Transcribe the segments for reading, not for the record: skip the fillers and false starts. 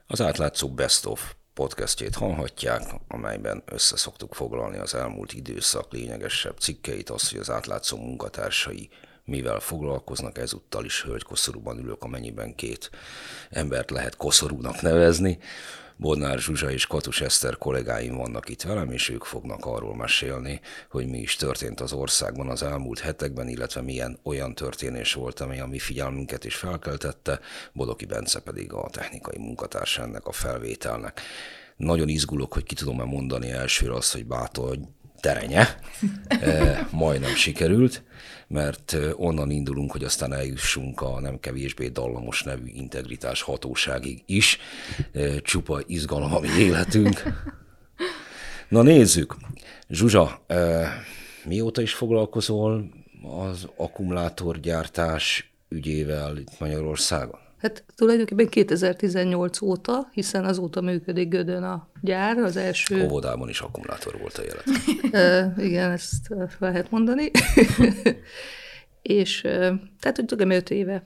Az átlátszó Best of podcastjét hallhatják, amelyben összeszoktuk foglalni az elmúlt időszak lényegesebb cikkeit, az, hogy az átlátszó munkatársai mivel foglalkoznak, ezúttal is hölgykoszorúban ülök, amennyiben két embert lehet koszorúnak nevezni. Bodnár Zsuzsa és Katus Eszter kollégáim vannak itt velem, és ők fognak arról mesélni, hogy mi is történt az országban az elmúlt hetekben, illetve milyen olyan történés volt, ami a mi figyelmünket is felkeltette, Bodoki Bence pedig a technikai munkatársa ennek a felvételnek. Nagyon izgulok, hogy ki tudom-e mondani elsőre azt, hogy Bátor Terenye. Majdnem sikerült, mert onnan indulunk, hogy aztán eljussunk a nem kevésbé dallamos nevű integritás hatóságig is. Csupa izgalom a mi életünk. Na nézzük. Zsuzsa, mióta is foglalkozol az akkumulátorgyártás ügyével itt Magyarországon? Hát tulajdonképpen 2018 óta, hiszen azóta működik Gödön a gyár, az első... Óvodában is akkumulátor volt a élet. Igen, ezt lehet mondani. És tehát, hogy tudom, 5 éve.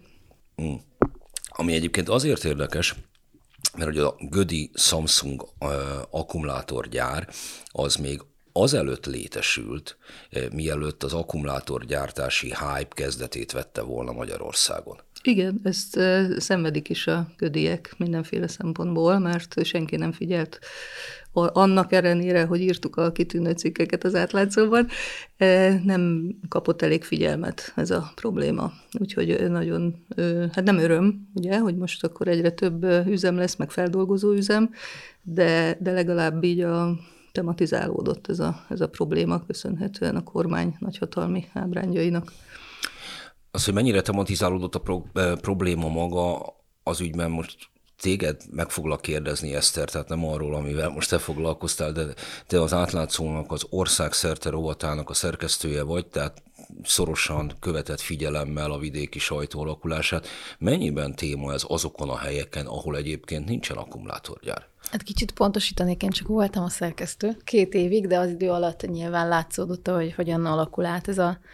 Ami egyébként azért érdekes, mert ugye a gödi Samsung akkumulátorgyár az még azelőtt létesült, mielőtt az akkumulátorgyártási hype kezdetét vette volna Magyarországon. Igen, ezt szenvedik is a gödiek mindenféle szempontból, mert senki nem figyelt annak ellenére, hogy írtuk a kitűnő cikkeket az átlátszóban, nem kapott elég figyelmet ez a probléma. Úgyhogy nagyon, hát nem öröm, ugye, hogy most akkor egyre több üzem lesz, meg feldolgozó üzem, de legalább így tematizálódott ez a probléma, köszönhetően a kormány nagyhatalmi ábrányainak. Az, hogy mennyire tematizálódott a probléma maga az ügyben, most téged meg foglak kérdezni, Eszter, tehát nem arról, amivel most te foglalkoztál, de te az átlátszónak az országszerte rovatának a szerkesztője vagy, tehát szorosan követett figyelemmel a vidéki sajtó alakulását. Mennyiben téma ez azokon a helyeken, ahol egyébként nincsen akkumulátorgyár? Hát kicsit pontosítanék, én csak voltam a szerkesztő 2 évig, de az idő alatt nyilván látszódott, hogy hogyan alakul át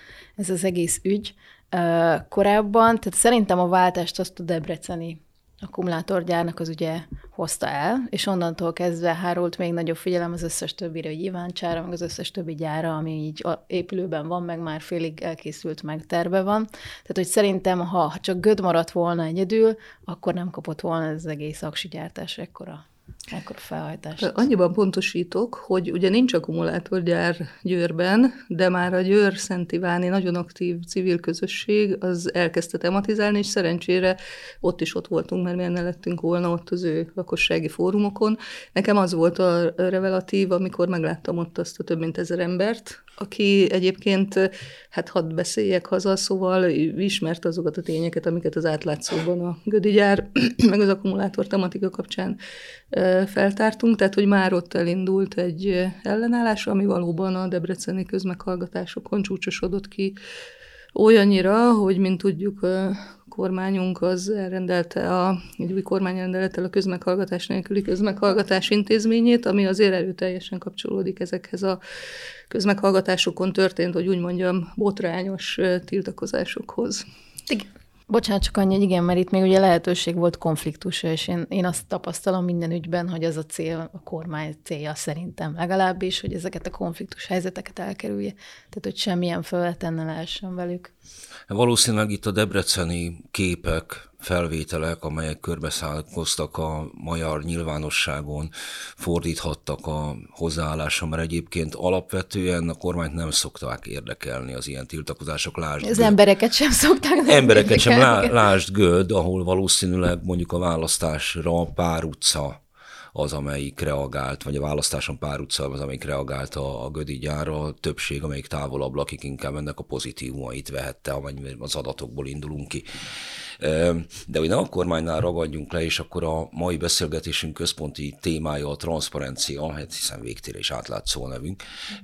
ez az egész ügy. Korábban, tehát szerintem a váltást azt a debreceni akkumulátorgyárnak az ugye hozta el, és onnantól kezdve hárult még nagyobb figyelem az összes többire, hogy Iváncsára, meg az összes többi gyára, ami így épülőben van, meg már félig elkészült, meg terve van. Tehát, hogy szerintem, ha csak Göd maradt volna egyedül, akkor nem kapott volna ez az egész aksi gyártás ekkora felhajtást. Annyiban pontosítok, hogy ugye nincs akkumulátorgyár Győrben, de már a Győr-Szent Iváni nagyon aktív civil közösség az elkezdte tematizálni, és szerencsére ott voltunk, mert miért ne lettünk volna ott az ő lakossági fórumokon. Nekem az volt a revelatív, amikor megláttam ott azt a több mint 1000 embert, aki egyébként, hát hadd beszéljek haza, szóval ismert azokat a tényeket, amiket az átlátszóban a gödi gyár, meg az akkumulátor tematika kapcsán feltártunk, tehát hogy már ott elindult egy ellenállás, ami valóban a debreceni közmeghallgatásokon csúcsosodott ki olyannyira, hogy mint tudjuk, kormányunk az elrendelte egy új kormányrendelettel a közmeghallgatás nélküli közmeghallgatás intézményét, ami azért erőteljesen kapcsolódik ezekhez a közmeghallgatásokon történt, hogy úgy mondjam, botrányos tiltakozásokhoz. Bocsánat, csak annyi, hogy igen, mert itt még ugye lehetőség volt konfliktusra, és én azt tapasztalom minden ügyben, hogy az a cél, a kormány célja szerintem legalábbis, hogy ezeket a konfliktus helyzeteket elkerülje. Tehát, hogy semmilyen felületen ne lehessen velük. Valószínűleg itt a debreceni képek, felvételek, amelyek körbeszállkoztak a magyar nyilvánosságon, fordíthattak a hozzáállásra, mert egyébként alapvetően a kormányt nem szokták érdekelni az ilyen tiltakozások. Az embereket sem szokták. Embereket sem, lásd Göd, ahol valószínűleg mondjuk a választásra pár utca az, amelyik reagált, vagy a választáson pár utca az, amelyik reagált a gödi gyárra, a többség, amelyik távolabb lakik, inkább ennek a pozitívumait vehette, amennyi az adatokból indulunk ki. De hogy ne a kormánynál ragadjunk le, és akkor a mai beszélgetésünk központi témája a transzparencia, hát hiszen végtére is átlátszó a nevünk.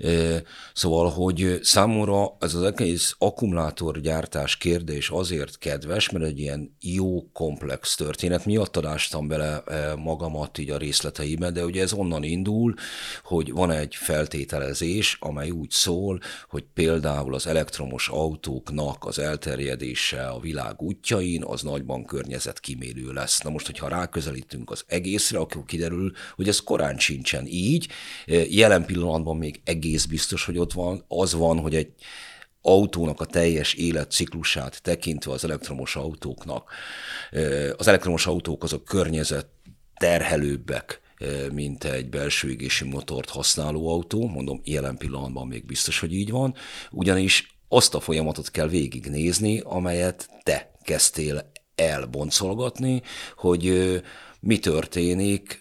Szóval, hogy számomra ez az egész akkumulátorgyártás kérdés azért kedves, mert egy ilyen jó, komplex történet. Miatt adástam bele magamat így a részleteiben, de ugye ez onnan indul, hogy van egy feltételezés, amely úgy szól, hogy például az elektromos autóknak az elterjedése a világ útjain, az nagyban környezetkímélő lesz. Na most, hogyha ráközelítünk az egészre, akkor kiderül, hogy ez korán sincsen így. Jelen pillanatban még egész biztos, hogy ott van, hogy egy autónak a teljes életciklusát tekintve az elektromos autóknak. Az elektromos autók azok környezetterhelőbbek, mint egy belső égésű motort használó autó. Mondom, jelen pillanatban még biztos, hogy így van. Ugyanis azt a folyamatot kell végignézni, amelyet te kezdtél elboncolgatni, hogy mi történik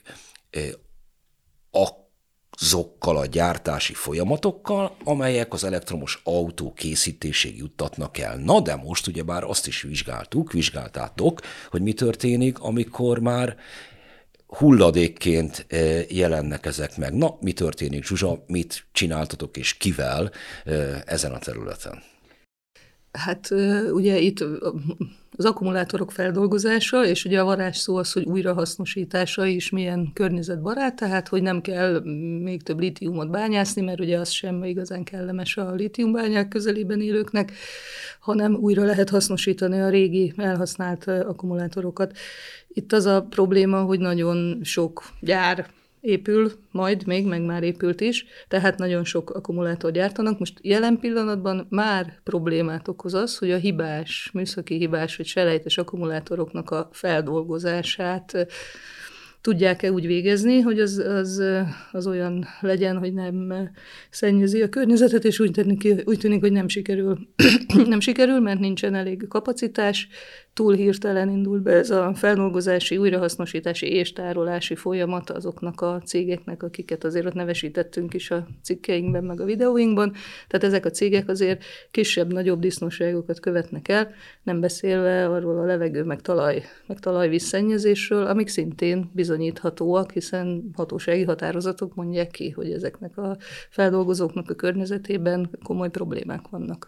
azokkal a gyártási folyamatokkal, amelyek az elektromos autó készítéséig juttatnak el. Na de most ugyebár azt is vizsgáltátok, hogy mi történik, amikor már hulladékként jelennek ezek meg. Na, mi történik, Zsuzsa, mit csináltatok és kivel ezen a területen? Hát ugye itt az akkumulátorok feldolgozása, és ugye a varázsszó az, hogy újrahasznosítása is milyen környezetbarát, tehát hogy nem kell még több lítiumot bányászni, mert ugye az sem igazán kellemes a lítiumbányák közelében élőknek, hanem újra lehet hasznosítani a régi elhasznált akkumulátorokat. Itt az a probléma, hogy nagyon sok gyár épül majd még, meg már épült is, tehát nagyon sok akkumulátor gyártanak. Most jelen pillanatban már problémát okoz az, hogy a műszaki hibás vagy selejtes akkumulátoroknak a feldolgozását tudják-e úgy végezni, hogy az olyan legyen, hogy nem szennyezi a környezetet, és úgy tűnik, hogy nem sikerül. Nem sikerül, mert nincsen elég kapacitás, túl hirtelen indul be ez a feldolgozási, újrahasznosítási és tárolási folyamat azoknak a cégeknek, akiket azért ott nevesítettünk is a cikkeinkben, meg a videóinkban. Tehát ezek a cégek azért kisebb-nagyobb disznóságokat követnek el, nem beszélve arról a levegő, meg talajvízszennyezésről, amik szintén bizonyíthatóak, hiszen hatósági határozatok mondják ki, hogy ezeknek a feldolgozóknak a környezetében komoly problémák vannak.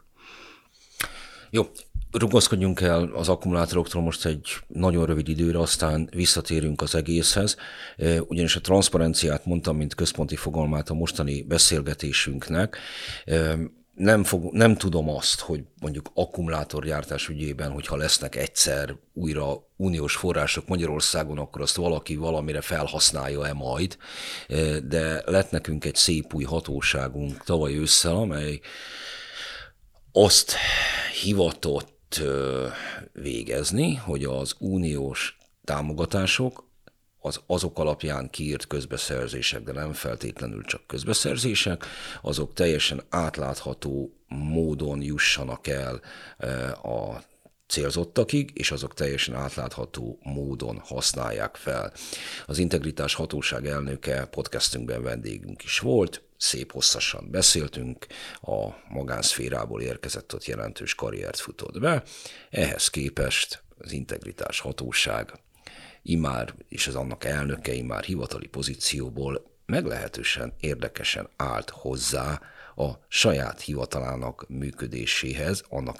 Jó, rugaszkodjunk el az akkumulátoroktól most egy nagyon rövid időre, aztán visszatérünk az egészhez, ugyanis a transzparenciát mondtam, mint központi fogalmát a mostani beszélgetésünknek. Nem tudom azt, hogy mondjuk akkumulátorgyártás ügyében, hogyha lesznek egyszer újra uniós források Magyarországon, akkor azt valaki valamire felhasználja-e majd, de lett nekünk egy szép új hatóságunk tavaly ősszel, amely azt hivatott végezni, hogy az uniós támogatások azok alapján kiírt közbeszerzések, de nem feltétlenül csak közbeszerzések, azok teljesen átlátható módon jussanak el a célzottakig, és azok teljesen átlátható módon használják fel. Az Integritás Hatóság elnöke podcastünkben vendégünk is volt, szép hosszasan beszéltünk, a magánszférából érkezett, ott jelentős karriert futott be. Ehhez képest az Integritás Hatóság immár, és az annak elnöke immár hivatali pozícióból meglehetősen érdekesen állt hozzá a saját hivatalának működéséhez, annak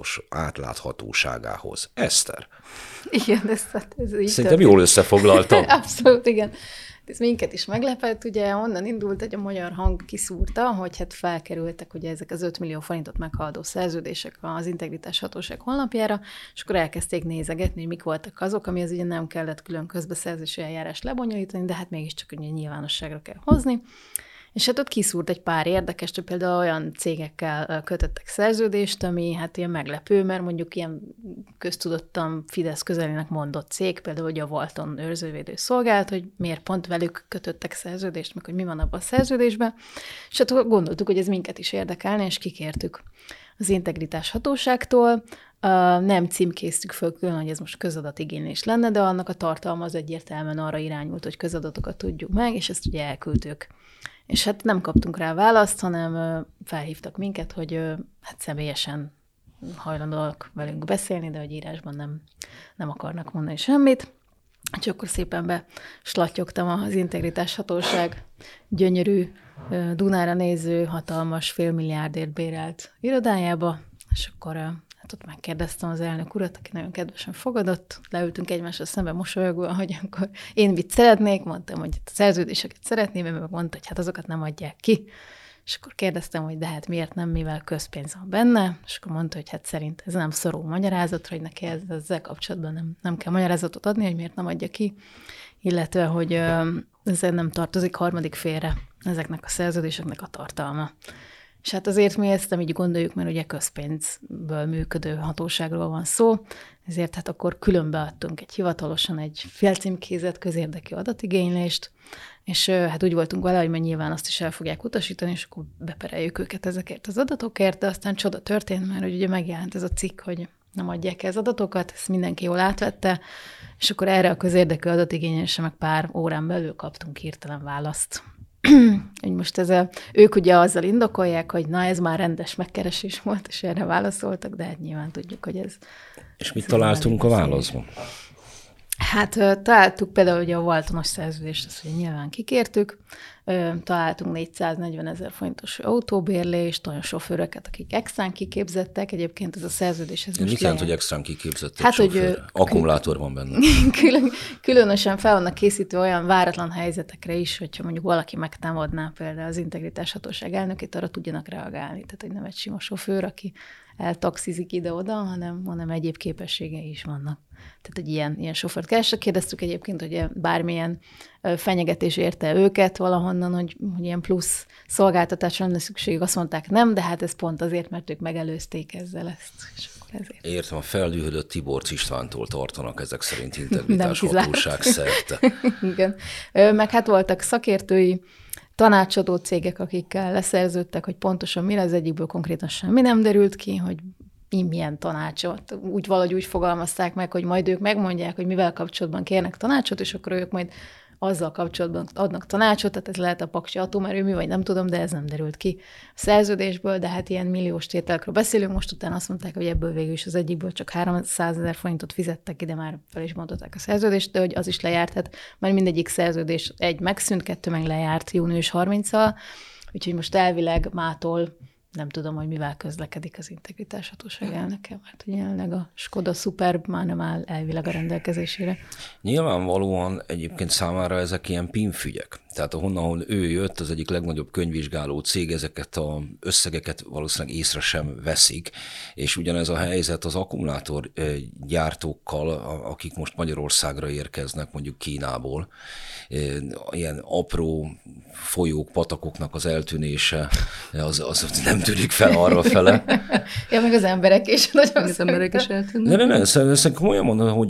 átláthatóságához. Eszter. Igen, ez így szerintem jól összefoglaltam. Abszolút, igen. Ez minket is meglepett, ugye onnan indult, hogy a Magyar Hang kiszúrta, hogy hát felkerültek ugye ezek az 5 millió forintot meghaladó szerződések az Integritás Hatóság honlapjára, és akkor elkezdték nézegetni, hogy mik voltak azok, amihez ugye nem kellett külön közbeszerzési eljárást lebonyolítani, de hát mégiscsak ugye nyilvánosságra kell hozni. És hát ott kiszúrt egy pár érdekes, hogy például olyan cégekkel kötöttek szerződést, ami hát ilyen meglepő, mert mondjuk ilyen köztudottan Fidesz közelének mondott cég, például hogy a Walton őrzővédő szolgálat, hogy miért pont velük kötöttek szerződést, meg hogy mi van abban a szerződésben. És hát gondoltuk, hogy ez minket is érdekelne, és kikértük az Integritás Hatóságtól. Nem címkéztük föl külön, hogy ez most közadatigénylés lenne, de annak a tartalma az egyértelműen arra irányult, hogy közadatokat tudjuk meg, és ezt ugye elküldtük. És hát nem kaptunk rá választ, hanem felhívtak minket, hogy hát személyesen hajlandóak velünk beszélni, de hogy írásban nem akarnak mondani semmit. Úgyhogy akkor szépen beslattyogtam az Integritás Hatóság gyönyörű, Dunára néző, hatalmas, fél milliárdért bérelt irodájába, és akkor hát ott megkérdeztem az elnök urat, aki nagyon kedvesen fogadott, leültünk egymásra szembe mosolyogva, hogy akkor én mit szeretnék, mondtam, hogy a szerződéseket szeretném, mert mondta, hogy hát azokat nem adják ki, És akkor kérdeztem, hogy de hát miért nem, mivel közpénz van benne, és akkor mondta, hogy hát szerint ez nem szorul magyarázatra, hogy neki ezzel kapcsolatban nem kell magyarázatot adni, hogy miért nem adja ki, illetve, hogy ezzel nem tartozik harmadik félre ezeknek a szerződéseknek a tartalma. És hát azért mi ezt nem így gondoljuk, mert ugye közpénzből működő hatóságról van szó, ezért hát akkor külön beadtunk hivatalosan egy félcímkézett közérdekű adatigénylést, és hát úgy voltunk vele, hogy nyilván azt is el fogják utasítani, és akkor bepereljük őket ezekért az adatokért, de aztán csoda történt, mert ugye megjelent ez a cikk, hogy nem adják el az adatokat, ezt mindenki jól átvette, és akkor erre a közérdekű adatigénylésre meg pár órán belül kaptunk hirtelen választ. Hogy most ők ugye azzal indokolják, hogy na ez már rendes megkeresés volt, és erre válaszoltak, de hát nyilván tudjuk, hogy ez... És mit találtunk a válaszban? Hát találtuk például ugye a Waltonos szerződést, ezt ugye nyilván kikértük, találtunk 440 000 forintos autóbérlést, olyan sofőröket, akik extrán kiképzettek, egyébként ez a szerződéshez most mit jelent, hogy extrán kiképzettek hát, sofőr? Akkumulátor van benne. Különösen fel vannak készítve olyan váratlan helyzetekre is, hogyha mondjuk valaki megtámadná például az integritáshatóság elnökét, arra tudjanak reagálni. Tehát, hogy nem egy sima sofőr, aki eltaxizik ide-oda, hanem egyéb képességei is vannak. Tehát egy ilyen sofőrt kerestek. Kérdeztük egyébként, hogy bármilyen fenyegetés érte őket valahonnan, hogy ilyen plusz szolgáltatásra lenne szükségük. Azt mondták nem, de hát ez pont azért, mert ők megelőzték ezzel ezt. És akkor ezért. Értem, a feldühödött Tiborcs Istvántól tartanak ezek szerint integritáshatóság szerte. Igen. Meg hát voltak szakértői tanácsadó cégek, akikkel leszerződtek, hogy pontosan mi az egyikből konkrétan semmi nem derült ki, hogy milyen tanácsot. Valahogy úgy fogalmazták meg, hogy majd ők megmondják, hogy mivel kapcsolatban kérnek tanácsot, és akkor ők majd azzal kapcsolatban adnak tanácsot, tehát ez lehet a paksi atomerőmű, vagy nem tudom, de ez nem derült ki a szerződésből, de hát ilyen milliós tételekről beszélünk, most utána azt mondták, hogy ebből végül is az egyikből csak 300 000 forintot fizettek ide, már fel is mondották a szerződést, de hogy az is lejárt, hát már mindegyik szerződés egy megszűnt, 2 meg lejárt június 30-al, úgyhogy most elvileg mától nem tudom, hogy mivel közlekedik az integritáshatóság elnöke, mert jelenleg a Skoda Superb már nem áll elvileg a rendelkezésére. Nyilvánvalóan egyébként számára ezek ilyen pinfügyek. Tehát ahol ő jött, az egyik legnagyobb könyvvizsgáló cég, ezeket az összegeket valószínűleg észre sem veszik, és ugyanez a helyzet az akkumulátorgyártókkal, akik most Magyarországra érkeznek, mondjuk Kínából. Ilyen apró folyók, patakoknak az eltűnése, az nem tűnik fel arra fele. Ja, meg az emberek is. Az emberek is eltűnnek. Nem, szerintem komolyan mondom, hogy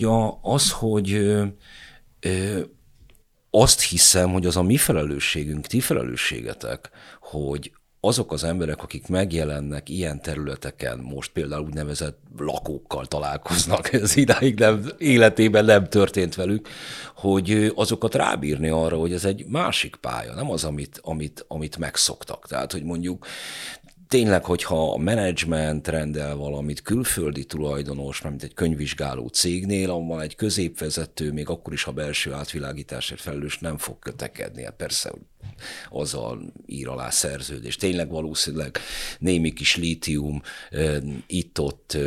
azt hiszem, hogy az a mi felelősségünk, ti felelősségetek, hogy azok az emberek, akik megjelennek ilyen területeken, most például úgynevezett lakókkal találkoznak, ez idáig életében nem történt velük, hogy azokat rábírni arra, hogy ez egy másik pálya, nem az, amit megszoktak. Tehát, hogy mondjuk tényleg, hogyha a menedzsment rendel valamit külföldi tulajdonos, mint egy könyvvizsgáló cégnél, ahol egy középvezető, még akkor is a belső átvilágításért felelős nem fog kötekedni. Hát persze, hogy azzal ír alá szerződést. Tényleg valószínűleg némi kis lítium itt-ott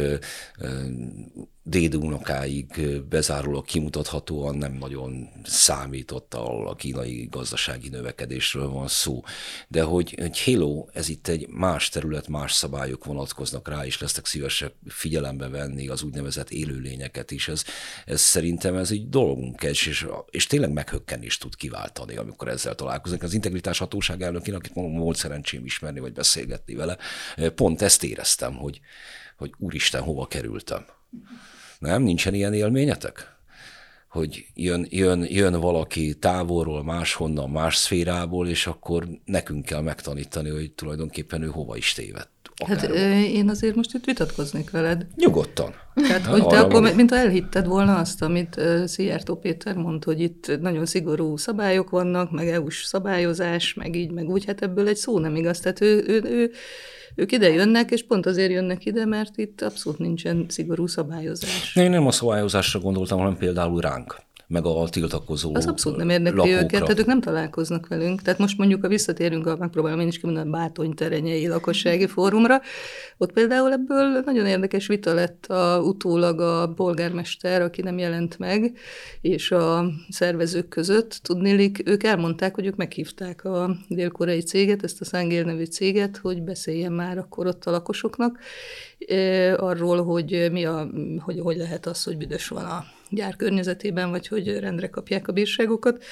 dédunokáig bezárólag kimutathatóan nem nagyon számított, ahol a kínai gazdasági növekedésről van szó. De hogy hello, ez itt egy más terület, más szabályok vonatkoznak rá, és lesznek szívesek figyelembe venni az úgynevezett élőlényeket is. Ez szerintem ez egy dolgunk, és tényleg meghökkenést tud kiváltani, amikor ezzel találkozunk. Az integritáshatóság elnökén, akit volt szerencsém ismerni, vagy beszélgetni vele, pont ezt éreztem, hogy úristen, hova kerültem. Nem? Nincsen ilyen élményetek? Hogy jön valaki távolról, máshonnan, más szférából, és akkor nekünk kell megtanítani, hogy tulajdonképpen ő hova is tévedt. Hát én azért most itt vitatkoznék veled. Nyugodtan. Tehát, hogy te akkor, mint elhitted volna azt, amit Szijjártó Péter mondta, hogy itt nagyon szigorú szabályok vannak, meg EU-s szabályozás, meg így, meg úgy, hát ebből egy szó nem igaz. Tehát ők ide jönnek, és pont azért jönnek ide, mert itt abszolút nincsen szigorú szabályozás. Én nem a szabályozásra gondoltam, hanem például ránk. meg a tiltakozó az abszolút nem érdekli lakókra. őket, tehát ők nem találkoznak velünk. Tehát most mondjuk, ha visszatérünk, megpróbálom én is kimondani a Bátony-terenyei lakossági fórumra, ott például ebből nagyon érdekes vita lett utólag a polgármester, aki nem jelent meg, és a szervezők között. Tudniillik, ők elmondták, hogy ők meghívták a dél-koreai céget, ezt a Sangil nevű céget, hogy beszéljen már akkor ott a lakosoknak arról, hogy hogy lehet az, hogy büdös van a gyár környezetében, vagy hogy rendre kapják a bírságokat.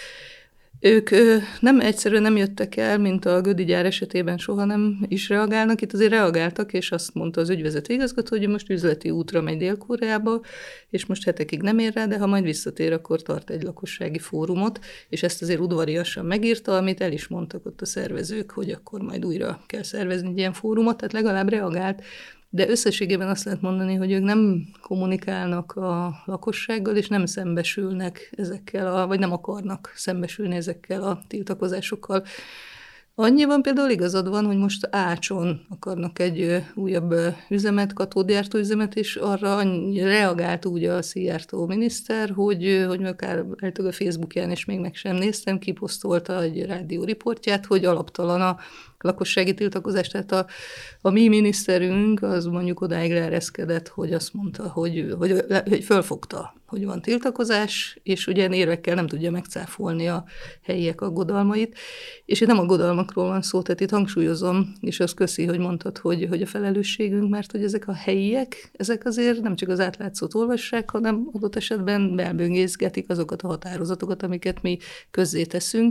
Ők nem egyszerűen nem jöttek el, mint a Gödi gyár esetében soha nem is reagálnak. Itt azért reagáltak, és azt mondta az ügyvezető igazgató, hogy most üzleti útra megy Dél-Koreába, és most hetekig nem ér rá, de ha majd visszatér, akkor tart egy lakossági fórumot, és ezt azért udvariasan megírta, amit el is mondtak ott a szervezők, hogy akkor majd újra kell szervezni egy ilyen fórumot, tehát legalább reagált. De összességében azt lehet mondani, hogy ők nem kommunikálnak a lakossággal, és nem szembesülnek ezekkel, vagy nem akarnak szembesülni ezekkel a tiltakozásokkal. Annyiban például igazad van, hogy most Ácson akarnak egy újabb üzemet, katódgyártó üzemet, és arra reagált úgy a Szijjártó miniszter, hogy akár a Facebookján is még meg sem néztem, kiposztolta egy rádió riportját, hogy alaptalan a lakossági tiltakozás. Tehát a mi miniszterünk az mondjuk odáig leereszkedett, hogy azt mondta, hogy fölfogta, hogy van tiltakozás, és ugye érvekkel nem tudja megcáfolni a helyiek aggodalmait. És itt nem aggodalmakról van szó, tehát itt hangsúlyozom, és azt köszi, hogy mondtad, hogy a felelősségünk, mert hogy ezek a helyiek, ezek azért nem csak az átlátszót olvassák, hanem adott esetben belböngészgetik azokat a határozatokat, amiket mi közzéteszünk,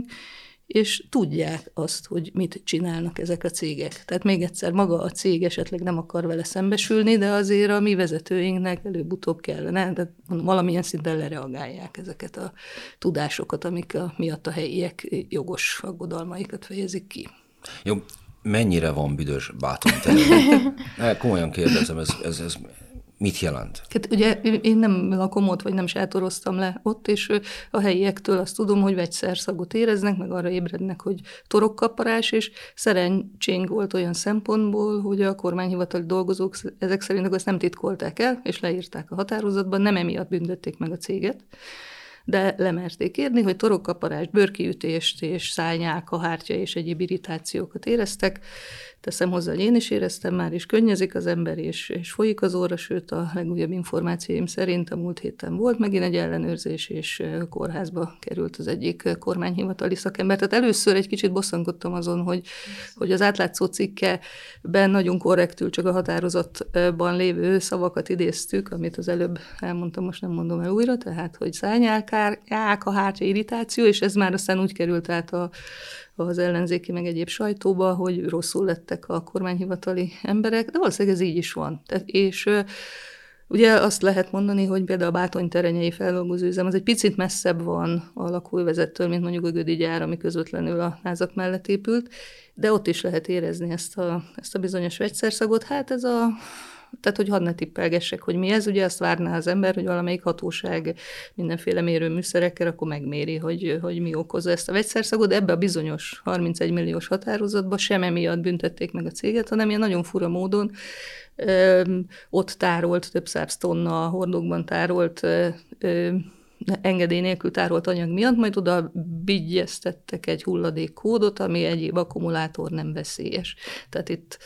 és tudják azt, hogy mit csinálnak ezek a cégek. Tehát még egyszer, maga a cég esetleg nem akar vele szembesülni, de azért a mi vezetőinknek előbb-utóbb kellene, de valamilyen szinten lereagálják ezeket a tudásokat, amik miatt a helyiek jogos aggodalmaikat fejezik ki. Jó, mennyire van büdös Bátony-terenyén? Komolyan kérdezem, ez mit jelent? Hát ugye én nem lakom ott, vagy nem sátoroztam le ott, és a helyiektől azt tudom, hogy vegyszerszagot éreznek, meg arra ébrednek, hogy torokkaparás, és szerencsénk volt olyan szempontból, hogy a kormányhivatali dolgozók ezek szerint ezt nem titkolták el, és leírták a határozatban, nem emiatt büntették meg a céget, de lemerték érni, hogy torokkaparást, bőrkiütést és szájnyálka, hártya és egyéb irritációkat éreztek. Teszem hozzá, hogy én is éreztem már, és könnyezik az ember, és folyik az óra, sőt a legújabb információim szerint a múlt héten volt megint egy ellenőrzés, és kórházba került az egyik kormányhivatali szakember. Tehát először egy kicsit bosszankodtam azon, hogy az átlátszó cikkeben nagyon korrektül csak a határozatban lévő szavakat idéztük, amit az előbb elmondtam, most nem mondom el újra, tehát hogy szájnyálkák, a hártya, irritáció, és ez már aztán úgy került át az ellenzéki meg egyéb sajtóba, hogy rosszul lettek a kormányhivatali emberek, de valószínűleg ez így is van. És ugye azt lehet mondani, hogy például a Bátony-terenyei feldolgozóüzem az egy picit messzebb van a lakóövezettől, mint mondjuk a Gödi gyár, ami közvetlenül a házak mellett épült, de ott is lehet érezni ezt a bizonyos vegyszerszagot. Hát tehát, hogy hadd ne tippelgessek, hogy mi ez, ugye azt várná az ember, hogy valamelyik hatóság mindenféle mérőműszerekkel akkor megméri, hogy mi okozza ezt a vegyszerszagot, de ebbe a bizonyos 31 milliós határozatba sem emiatt büntették meg a céget, hanem ilyen nagyon fura módon ott tárolt, több száz tonna hordókban tárolt engedély nélkül tárolt anyag miatt, majd oda bigyeztettek egy hulladékkódot, ami egyéb akkumulátor nem veszélyes. Tehát itt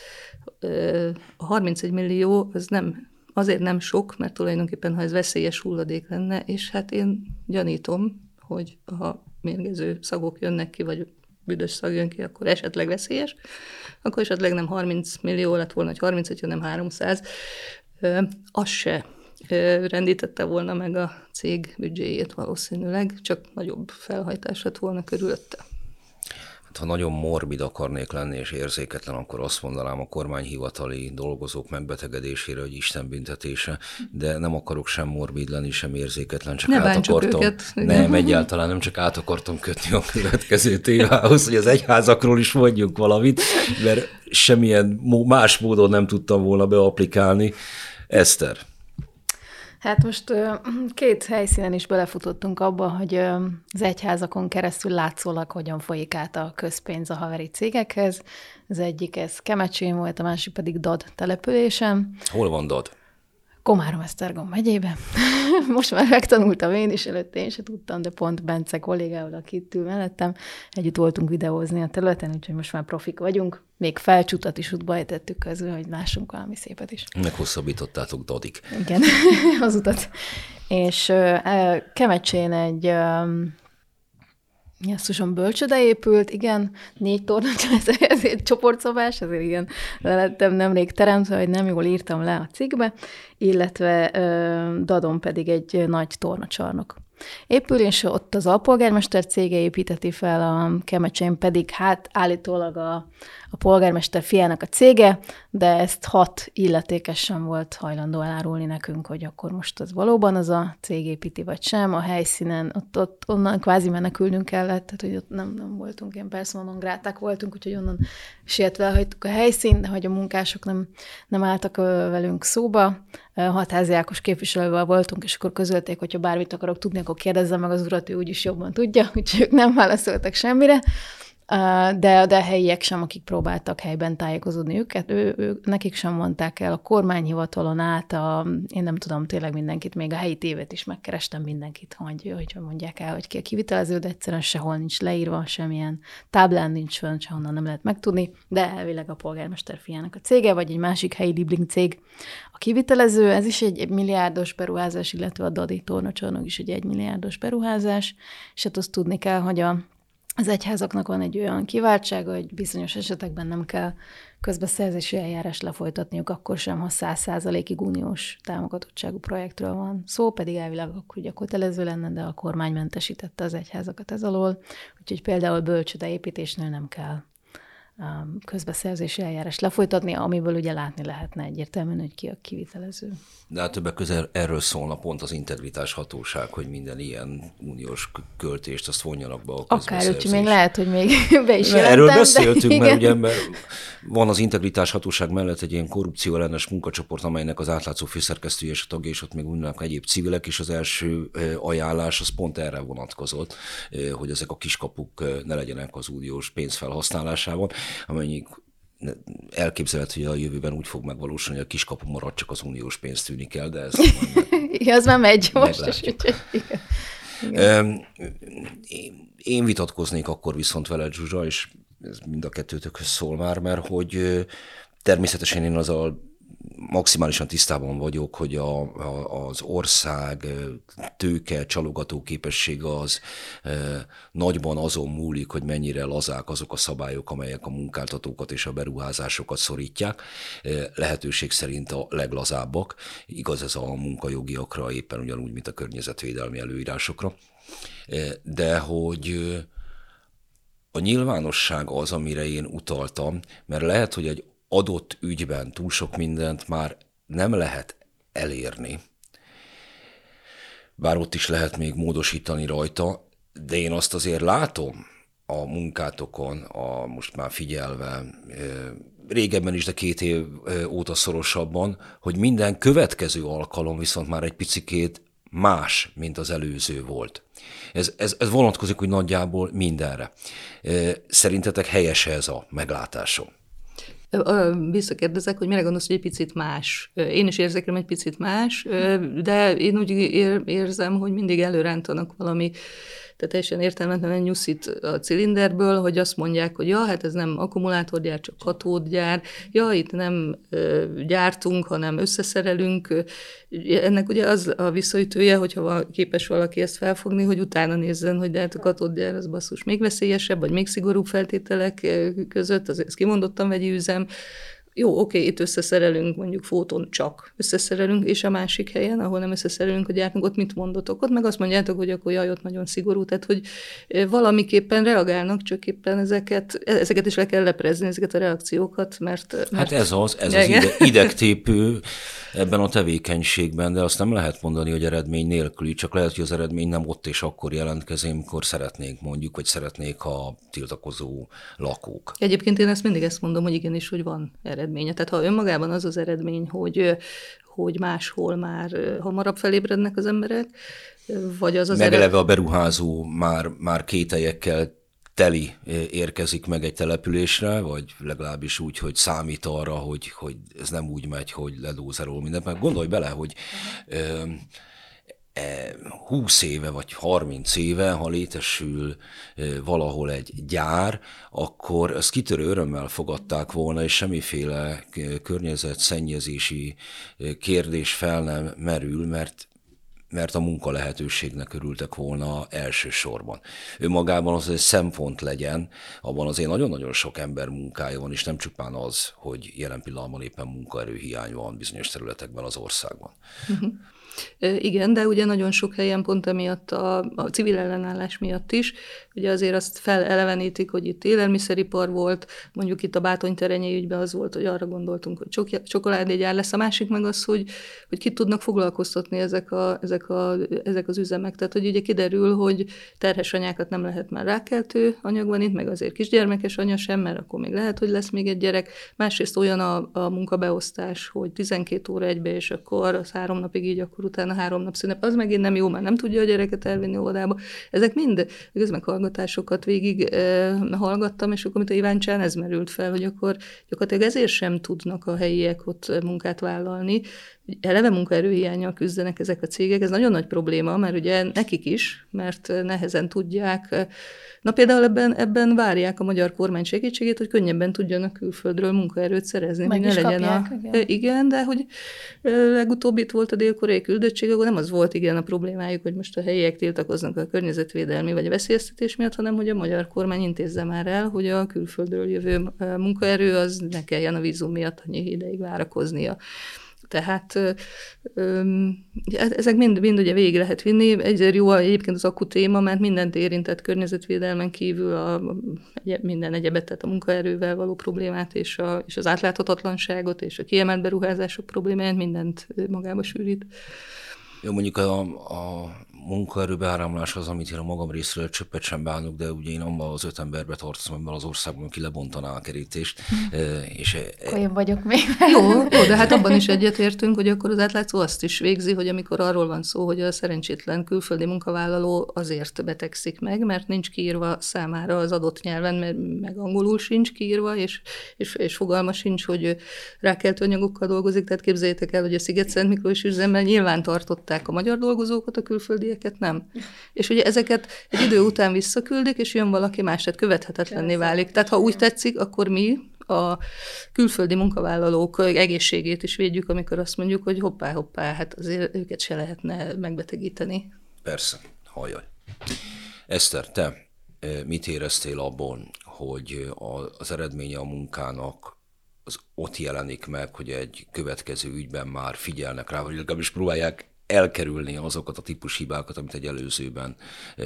a 31 millió az azért nem sok, mert tulajdonképpen, ha ez veszélyes hulladék lenne, és hát én gyanítom, hogy ha mérgező szagok jönnek ki, vagy büdös szag jön ki, akkor esetleg veszélyes, akkor esetleg nem 30 millió lett volna, vagy 31, hanem 300. Az se rendítette volna meg a cég büdzséjét valószínűleg, csak nagyobb felhajtás lett volna körülötte. Hát, ha nagyon morbid akarnék lenni és érzéketlen, akkor azt mondanám a kormányhivatali dolgozók megbetegedésére, hogy Isten büntetése, de nem akarok sem morbid lenni, sem érzéketlen, csak át akartam. Nem, egyáltalán nem, csak át akartam kötni a következő témához, hogy az egyházakról is mondjuk valamit, mert semmilyen más módon nem tudtam volna beapplikálni. Eszter. Hát most két helyszínen is belefutottunk abba, hogy az egyházakon keresztül látszólag hogyan folyik át a közpénz a haveri cégekhez. Az egyik ez Kemecsén volt, a másik pedig Dad településen. Hol van Dad? Komárom-Esztergom megyében. most már megtanultam én is, előtte én sem tudtam, de pont Bence kollégával, aki itt ül mellettem, együtt voltunk videózni a területen, úgyhogy most már profik vagyunk. Még felcsutat is útba ejtettük közül, hogy lássunk valami szépet is. Meghosszabbítottátok, Dadik. Igen, az utat. És Kemecsén egy bölcsöde épült, igen, 4 tornacsal, ez egy csoportszobás, ezért igen, lelettem nemrég teremtve, hogy nem jól írtam le a cikkbe, illetve Dadon pedig egy nagy tornacsarnok épül, és ott az alpolgármester cége építeti fel, a Kemecsén pedig hát állítólag a polgármester fiának a cége, de ezt 6 illetékes sem volt hajlandó elárulni nekünk, hogy akkor most az valóban az a cég építi, vagy sem. A helyszínen ott onnan kvázi menekülnünk kellett, tehát hogy ott nem voltunk, ilyen persona non gráták voltunk, úgyhogy onnan sietve elhagytuk a helyszínt, de hogy a munkások nem álltak velünk szóba. Hatházi Ákos képviselővel voltunk, és akkor közölték, hogyha bármit akarok tudni, akkor kérdezzem meg az urat, ő úgyis jobban tudja, úgyhogy ők nem válaszoltak semmire. De a helyiek sem, akik próbáltak helyben tájékozódni őket, nekik sem mondták el, a kormányhivatalon át, én nem tudom, tényleg mindenkit, még a helyi tévét is megkerestem mindenkit, hogy mondják el, hogy ki a kivitelező, de egyszerűen sehol nincs leírva, semmilyen táblán nincs fönn, sehonnan nem lehet megtudni, de elvileg a polgármester fiának a cége, vagy egy másik helyi Liebling cég a kivitelező, ez is egy milliárdos beruházás, illetve a Dadi tornacsarnok is egy 1 milliárdos beruházás, és hát azt tudni kell, hogy az egyházaknak van egy olyan kiváltsága, hogy bizonyos esetekben nem kell közbeszerzési eljárás lefolytatniuk, akkor sem, ha 100%-ig uniós támogatottságú projektről van szó, pedig elvileg akkor ugye kötelező lenne, de a kormány mentesítette az egyházakat ez alól, úgyhogy például bölcsöde építésnél nem kell közbeszerzési eljárás lefolytatni, amiből ugye látni lehetne egyértelműen, hogy ki a kivitelező. De hát többek között erről szólna pont az integritás hatóság, hogy minden ilyen uniós költést azt vonjanak be a közbeszerzés. Akár, úgyhogy még lehet, hogy még be is jelentem. Erről beszéltünk, mert ugye van az integritás hatóság mellett egy ilyen korrupcióellenes munkacsoport, amelynek az átlátszó főszerkesztője és a tagja, és ott még úgynevezett egyéb civilek, és az első ajánlás az pont erre vonatkozott, hogy ezek a kiskapuk ne legyenek az uniós pénz felhasználásában, amennyi elképzelhető, hogy a jövőben úgy fog megvalósulni, hogy a kiskapu marad, csak az uniós pénzt tűnik el, de ez igen, az már megy most is. Én vitatkoznék akkor viszont veled, Zsuzsa, és ez mind a kettőtökhöz szól már, mert hogy természetesen én azzal maximálisan tisztában vagyok, hogy az ország tőke, csalogató képessége az nagyban azon múlik, hogy mennyire lazák azok a szabályok, amelyek a munkáltatókat és a beruházásokat szorítják. Lehetőség szerint a leglazábbak. Igaz ez a munkajogiakra éppen ugyanúgy, mint a környezetvédelmi előírásokra. De hogy a nyilvánosság az, amire én utaltam, mert lehet, hogy egy adott ügyben túl sok mindent már nem lehet elérni. Bár ott is lehet még módosítani rajta, de én azt azért látom a munkátokon, most már figyelve, régebben is, de 2 év óta szorosabban, hogy minden következő alkalom viszont már egy picikét más, mint az előző volt. Ez vonatkozik úgy nagyjából mindenre. Szerintetek helyes ez a meglátásom? Visszakérdezek, hogy mire gondolsz, hogy egy picit más. Én is érzékelem egy picit más, de én úgy érzem, hogy mindig előrántanak valami, tehát teljesen értelmetlen nyuszit a cilinderből, hogy azt mondják, hogy ja, hát ez nem akkumulátorgyár, csak katódgyár, ja, itt nem gyártunk, hanem összeszerelünk. Ennek ugye az a visszaütője, hogyha képes valaki ezt felfogni, hogy utána nézzen, hogy de hát a katódgyár az basszus még veszélyesebb, vagy még szigorúbb feltételek között, azért ez kimondottan vegyi üzem. Jó, oké, itt összeszerelünk, mondjuk Fóton csak összeszerelünk, és a másik helyen, ahol nem összeszerelünk, hogy gyártunk, ott mit mondotok? Ott meg azt mondjátok, hogy akkor jaj, ott nagyon szigorú, tehát hogy valamiképpen reagálnak, csak éppen ezeket is le kell leprezni, ezeket a reakciókat, mert hát ez az idegtépő ebben a tevékenységben, de azt nem lehet mondani, hogy eredmény nélküli, csak lehet, hogy az eredmény nem ott és akkor jelentkezik, amikor szeretnénk mondjuk, vagy szeretnék a tiltakozó lakók. Egyébként én mindig ezt mondom, hogy igenis, hogy van eredménye. Tehát ha önmagában az az eredmény, hogy máshol már hamarabb felébrednek az emberek, vagy az megeleve a beruházó már kételyekkel teli érkezik meg egy településre, vagy legalábbis úgy, hogy számít arra, hogy ez nem úgy megy, hogy ledózerol mindent. Mert gondolj bele, hogy 20 éve vagy 30 éve, ha létesül valahol egy gyár, akkor ezt kitörő örömmel fogadták volna, és semmiféle környezetszennyezési kérdés fel nem merül, mert a munka lehetőségnek örültek volna elsősorban. Önmagában az egy szempont legyen, abban azért nagyon-nagyon sok ember munkája van, és nem csupán az, hogy jelen pillanatban éppen munkaerőhiány van bizonyos területekben az országban. Igen, de ugye nagyon sok helyen pont emiatt a civil ellenállás miatt is, ugye azért azt felelevenítik, hogy itt élelmiszeripar volt, mondjuk itt a Bátony-Terenyei ügyben az volt, hogy arra gondoltunk, hogy csokoládégyár lesz, a másik meg az, hogy kit tudnak foglalkoztatni ezek az üzemek. Tehát, hogy ugye kiderül, hogy terhes anyákat nem lehet már rákeltő anyag van itt, meg azért kisgyermekes anya sem, mert akkor még lehet, hogy lesz még egy gyerek. Másrészt olyan a munkabeosztás, hogy 12 óra egybe, és akkor az 3 napig így, akkor utána 3 nap szünnep, az megint nem jó, mert nem tudja a gyereket elvinni óvodába. Ezek mind közmeghallgatásosokat végig hallgattam, és akkor, mint a Iváncsán, ez merült fel, hogy akkor gyakorlatilag ezért sem tudnak a helyiek ott munkát vállalni. Eleve munkaerőhiánnyal küzdenek ezek a cégek, ez nagyon nagy probléma, mert ugye nekik is, mert nehezen tudják. Na például ebben várják a magyar kormány segítségét, hogy könnyebben tudjanak külföldről munkaerőt szerezni. Meg is kapják, igen, de hogy legutóbb itt volt a dél-koreai küldöttség, akkor nem az volt igen a problémájuk, hogy most a helyiek tiltakoznak a környezetvédelmi vagy a veszélyeztetés miatt, hanem hogy a magyar kormány intézze már el, hogy a külföldről jövő munkaerő az ne kelljen a vízum miatt annyi ideig várakoznia. Tehát ezek mind ugye végig lehet vinni. Egyszerűen jó egyébként az akut téma, mert mindent érintett környezetvédelmen kívül minden egyebet, tehát a munkaerővel való problémát, és az átláthatatlanságot, és a kiemelt beruházások problémáját mindent magába sűrít. Jó, mondjuk a munkaerőbeáramlás az, amit én a magam részről csöppet sem bánok, de ugye én abban az 5 emberbe tartozom ebben az országban, aki lebontaná a kerítést. Olyan vagyok még. Jó, de hát abban is egyetértünk, hogy akkor az átlátszó azt is végzi, hogy amikor arról van szó, hogy a szerencsétlen külföldi munkavállaló azért betegszik meg, mert nincs kiírva számára az adott nyelven, mert meg angolul sincs kiírva, és fogalma sincs, hogy rákeltő anyagokkal dolgozik. Tehát képzeljétek el, hogy a Sziget-Szentmiklós üzemmel nyilván tartották a magyar dolgozókat, a külföldieket nem. És ugye ezeket egy idő után visszaküldik, és jön valaki más, tehát követhetetlenné válik. Tehát ha úgy tetszik, akkor mi a külföldi munkavállalók egészségét is védjük, amikor azt mondjuk, hogy hoppá, hát azért őket se lehetne megbetegíteni. Persze, hajjaj. Eszter, te mit éreztél abban, hogy az eredménye a munkának az ott jelenik meg, hogy egy következő ügyben már figyelnek rá, vagy legalábbis próbálják elkerülni azokat a típushibákat, amit egy előzőben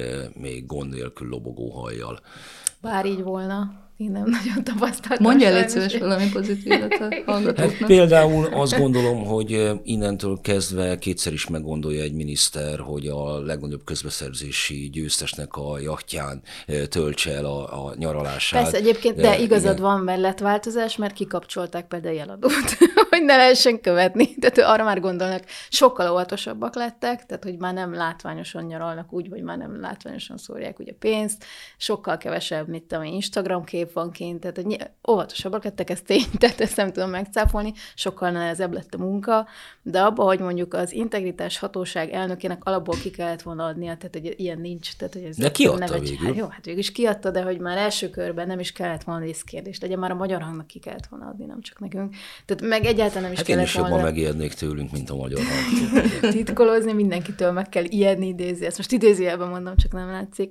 még gond nélkül lobogó hajjal. Bár így volna. Én nem nagyon tapasztaltam. Mondja légy szíves valami pozitívat a hallgatóknak. Hát például azt gondolom, hogy innentől kezdve kétszer is meggondolja egy miniszter, hogy a legnagyobb közbeszerzési győztesnek a jachtján töltse el a nyaralását. Persze egyébként, de igazad igen. Van, mert lett változás, mert kikapcsolták például jeladót, hogy ne lehessen követni. Tehát arra már gondolnak, sokkal óvatosabbak lettek, tehát hogy már nem látványosan nyaralnak úgy, vagy már nem látványosan szórják ugye pénzt, sokkal kevesebb, mint ami Instagram kép van kint, tehát hogy óvatosabbak lettek, ez tény, tehát ezt nem tudom megcáfolni, sokkal nehezebb lett a munka, de abba, hogy mondjuk az integritás hatóság elnökének alapból ki kellett volna adnia, tehát hogy ilyen nincs. Tehát, hogy ez de kiadta végül. Hát jó, hát végül is kiadta, de hogy már első körben nem is kellett volna részkérdés, legyen már a Magyar Hangnak ki kellett volna adni, nem csak nekünk. Tehát meg egyáltalán nem is kellett volna. Hát én is jobban megijednék tőlünk, mint a Magyar Hang. Titkolózni, mindenkitől meg kell ijedni, idézi. Ezt most idézőjelben mondom, csak nem látszik.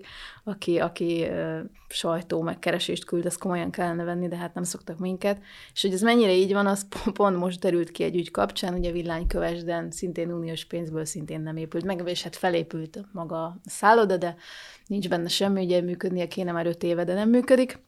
Aki sajtó megkeresést küld, azt komolyan kellene venni, de hát nem szoktak minket. És hogy ez mennyire így van, az pont most derült ki egy ügy kapcsán, ugye Villánykövesden szintén uniós pénzből szintén nem épült meg, és hát felépült maga a szálloda, de nincs benne semmi, ugye működnie kéne már 5 éve, de nem működik.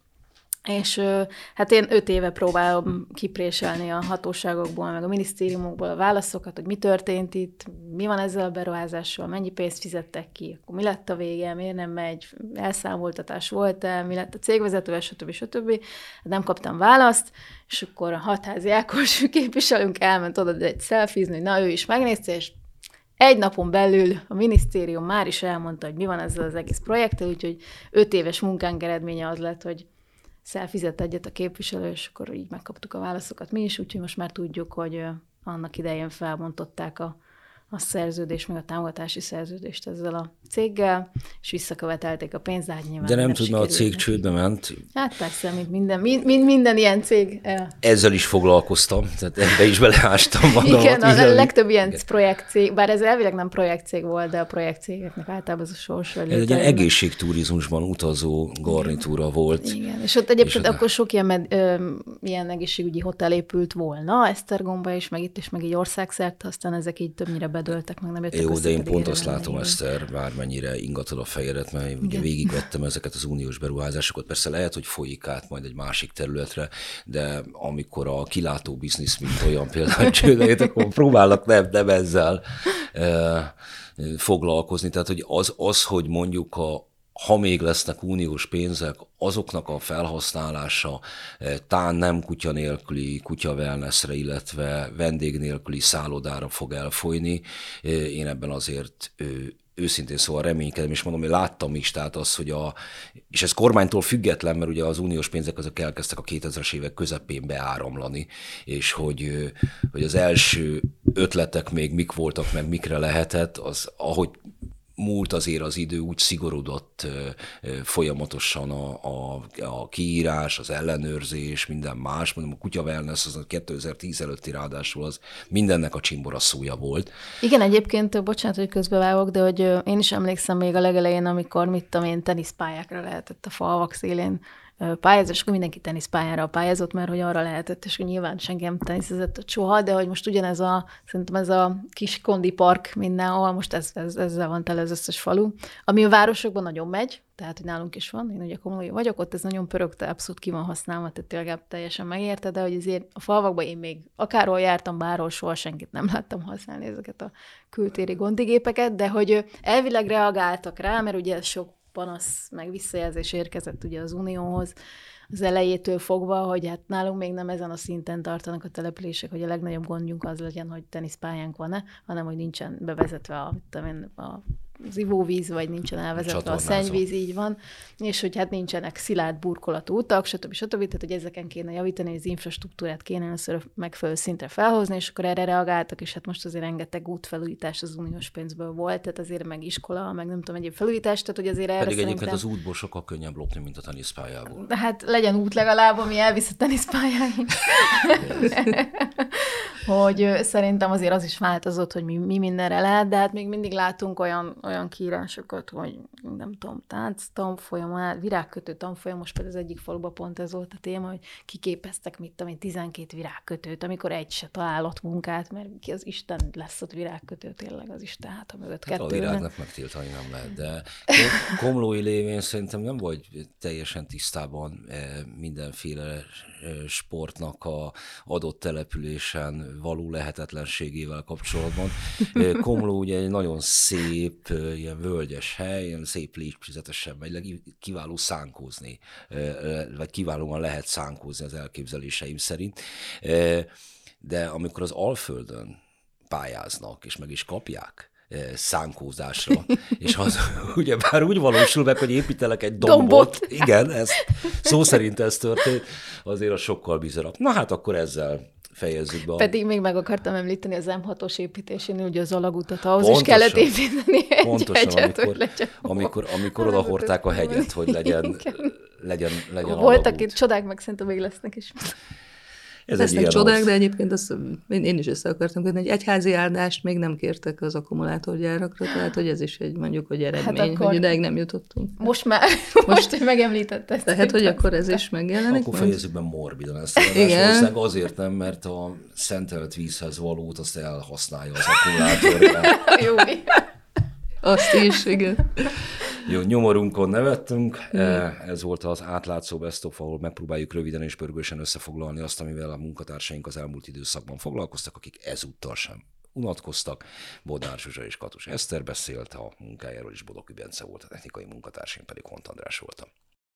És hát én 5 éve próbálom kipréselni a hatóságokból, meg a minisztériumokból a válaszokat, hogy mi történt itt, mi van ezzel a beruházással, mennyi pénzt fizettek ki, akkor mi lett a vége, miért nem megy, elszámoltatás volt-e, mi lett a cégvezetővel, stb. Nem kaptam választ, és akkor a Hatházi Ákos képviselőnk elment oda egy szelfizni, hogy na ő is megnézte, és 1 napon belül a minisztérium már is elmondta, hogy mi van ezzel az egész projekttel, úgyhogy 5 éves munkánk eredménye az lett, hogy szelfizett egyet a képviselő, és akkor így megkaptuk a válaszokat mi is, úgyhogy most már tudjuk, hogy annak idején felbontották a szerződést, meg a támogatási szerződést ezzel a céggel, és visszakövetelték a pénzt, de hát nyilván de nem tud, mert a cég csődbe ment. Hát persze, mint minden ilyen cég. Ezzel is foglalkoztam, tehát ebbe is beleástam magamat. Igen, a legtöbb ilyen projektcég, bár ez elvileg nem projektcég volt, de a projektcégeknek általában ez a sors. Ez egy ilyen egészségturizmusban utazó garnitúra volt. Igen, és ott egyébként akkor sok ilyen egészségügyi hotel épült volna, Esztergomba is, meg itt is, meg így országszerte, aztán ezek így többnyire bedőltek, meg nem jöttek össze. Jó, de én pont azt látom, látom, Eszter, bármennyire ingatod a fejedet, mert ugye végigvettem ezeket az uniós beruházásokat. Persze lehet, hogy folyik át majd egy másik területre, de amikor a kilátó biznisz, mint olyan például csődejét, akkor próbálnak nem ezzel foglalkozni. Tehát, hogy az, hogy mondjuk ha még lesznek uniós pénzek, azoknak a felhasználása tán nem kutya nélküli kutya wellnessre, illetve vendég nélküli szállodára fog elfolyni. Én ebben azért őszintén szóval reménykedem, és mondom, hogy láttam is, tehát az, hogy és ez kormánytól független, mert ugye az uniós pénzek azok elkezdtek a 2000-es évek közepén beáramlani, és hogy az első ötletek még mik voltak, meg mikre lehetett, az ahogy múlt azért az idő, úgy szigorodott folyamatosan a kiírás, az ellenőrzés, minden más. Mondom, a kutya wellness az 2010 előtti ráadásul az mindennek a csimboraszója volt. Igen, egyébként, bocsánat, hogy közbevágok, de hogy én is emlékszem még a legelején, amikor, mit tudom én, teniszpályákra lehetett a falvak szélén pályázott, és akkor mindenki teniszpályára pályázott, mert hogy arra lehetett, és nyilván senki nem teniszezett soha, de hogy most ugyanez szerintem ez a kis kondi park mindenhol, most ezzel van tele az összes falu, ami a városokban nagyon megy, tehát, hogy nálunk is van, én ugye Komlói vagyok, ott ez nagyon pörögte, abszolút ki van használva, tehát tényleg teljesen megérte, de hogy azért a falvakban én még akárhol jártam, bárhol soha senkit nem láttam használni ezeket a kültéri gondigépeket, de hogy elvileg reagáltak rá, mert ugye sok panasz, meg visszajelzés érkezett ugye az Unióhoz az elejétől fogva, hogy hát nálunk még nem ezen a szinten tartanak a települések, hogy a legnagyobb gondjunk az legyen, hogy teniszpályánk van-e, hanem hogy nincsen bevezetve az ivóvíz, vagy nincsen elvezetve a szennyvíz, így van, és hogy hát nincsenek szilárd burkolatú utak, stb. Tehát, hogy ezeken kéne javítani, az infrastruktúrát kéne először megfelelő szintre felhozni, és akkor erre reagáltak, és hát most azért rengeteg útfelújítás az uniós pénzből volt, tehát azért meg iskola, meg nem tudom, egyéb felújítás, tehát hogy azért erre pedig egyébként az útból sokkal könnyebb lopni, mint a teniszpályából. Hát legyen út legalább, ami elvisz a teniszpályáig. Hogy szerintem azért az is változott, hogy mi mindenre lehet, de hát még mindig látunk olyan kiírásokat, hogy nem tudom, tánc tanfolyam, virágkötő tanfolyam, most például az egyik faluban pont ez volt a téma, hogy kiképeztek, 12 virágkötőt, amikor egy se találott munkát, mert ki az Isten lesz ott virágkötő, tényleg az Isten hát a mögött kettőben. A virágnak megtiltani nem lehet, de Komlói lévén szerintem nem vagy teljesen tisztában mindenféle sportnak a adott településen való lehetetlenségével kapcsolatban. Komló ugye egy nagyon szép, ilyen völgyes hely, ilyen szép lépcsőzetesen megy, kiváló szánkózni, vagy kiválóan lehet szánkózni az elképzeléseim szerint. De amikor az Alföldön pályáznak, és meg is kapják szánkózásra, és az ugyebár úgy valósul meg, hogy építelek egy dombot. Igen, szó szerint ez történt, azért az sokkal bizarabb. Na hát akkor ezzel fejezzük be. Pedig még meg akartam említeni az M6-os építésénél, ugye az alagutat, ahhoz pontosan, is kellett építeni egy pontosan, hegyet, amikor odahordták a hegyet, hogy legyen voltak itt csodák, meg szerintem még lesznek is. Lesznek csodák, de egyébként én is össze akartam kötni, egy egyházi áldást még nem kértek az akkumulátorgyárakra, tehát hogy ez is egy mondjuk, hogy eredmény, hát hogy ideig nem jutottunk. Most hogy megemlítette ezt. Tehát, hogy akkor ez is megjelenik. Akkor fejezzük be morbidon ezt a valószínűleg azért nem, mert a szentelt vízhez valót azt elhasználja az akkumulátor. Jó. Azt is, igen. Jó, nyomorunkon nevettünk. Ez volt az átlátszó Best of, ahol megpróbáljuk röviden és pörgősen összefoglalni azt, amivel a munkatársaink az elmúlt időszakban foglalkoztak, akik ezúttal sem unatkoztak. Bodnár Zsuzsa és Katus Eszter beszélt a munkájáról, és Bodoki Bence volt a technikai munkatárs, én pedig Hont András voltam.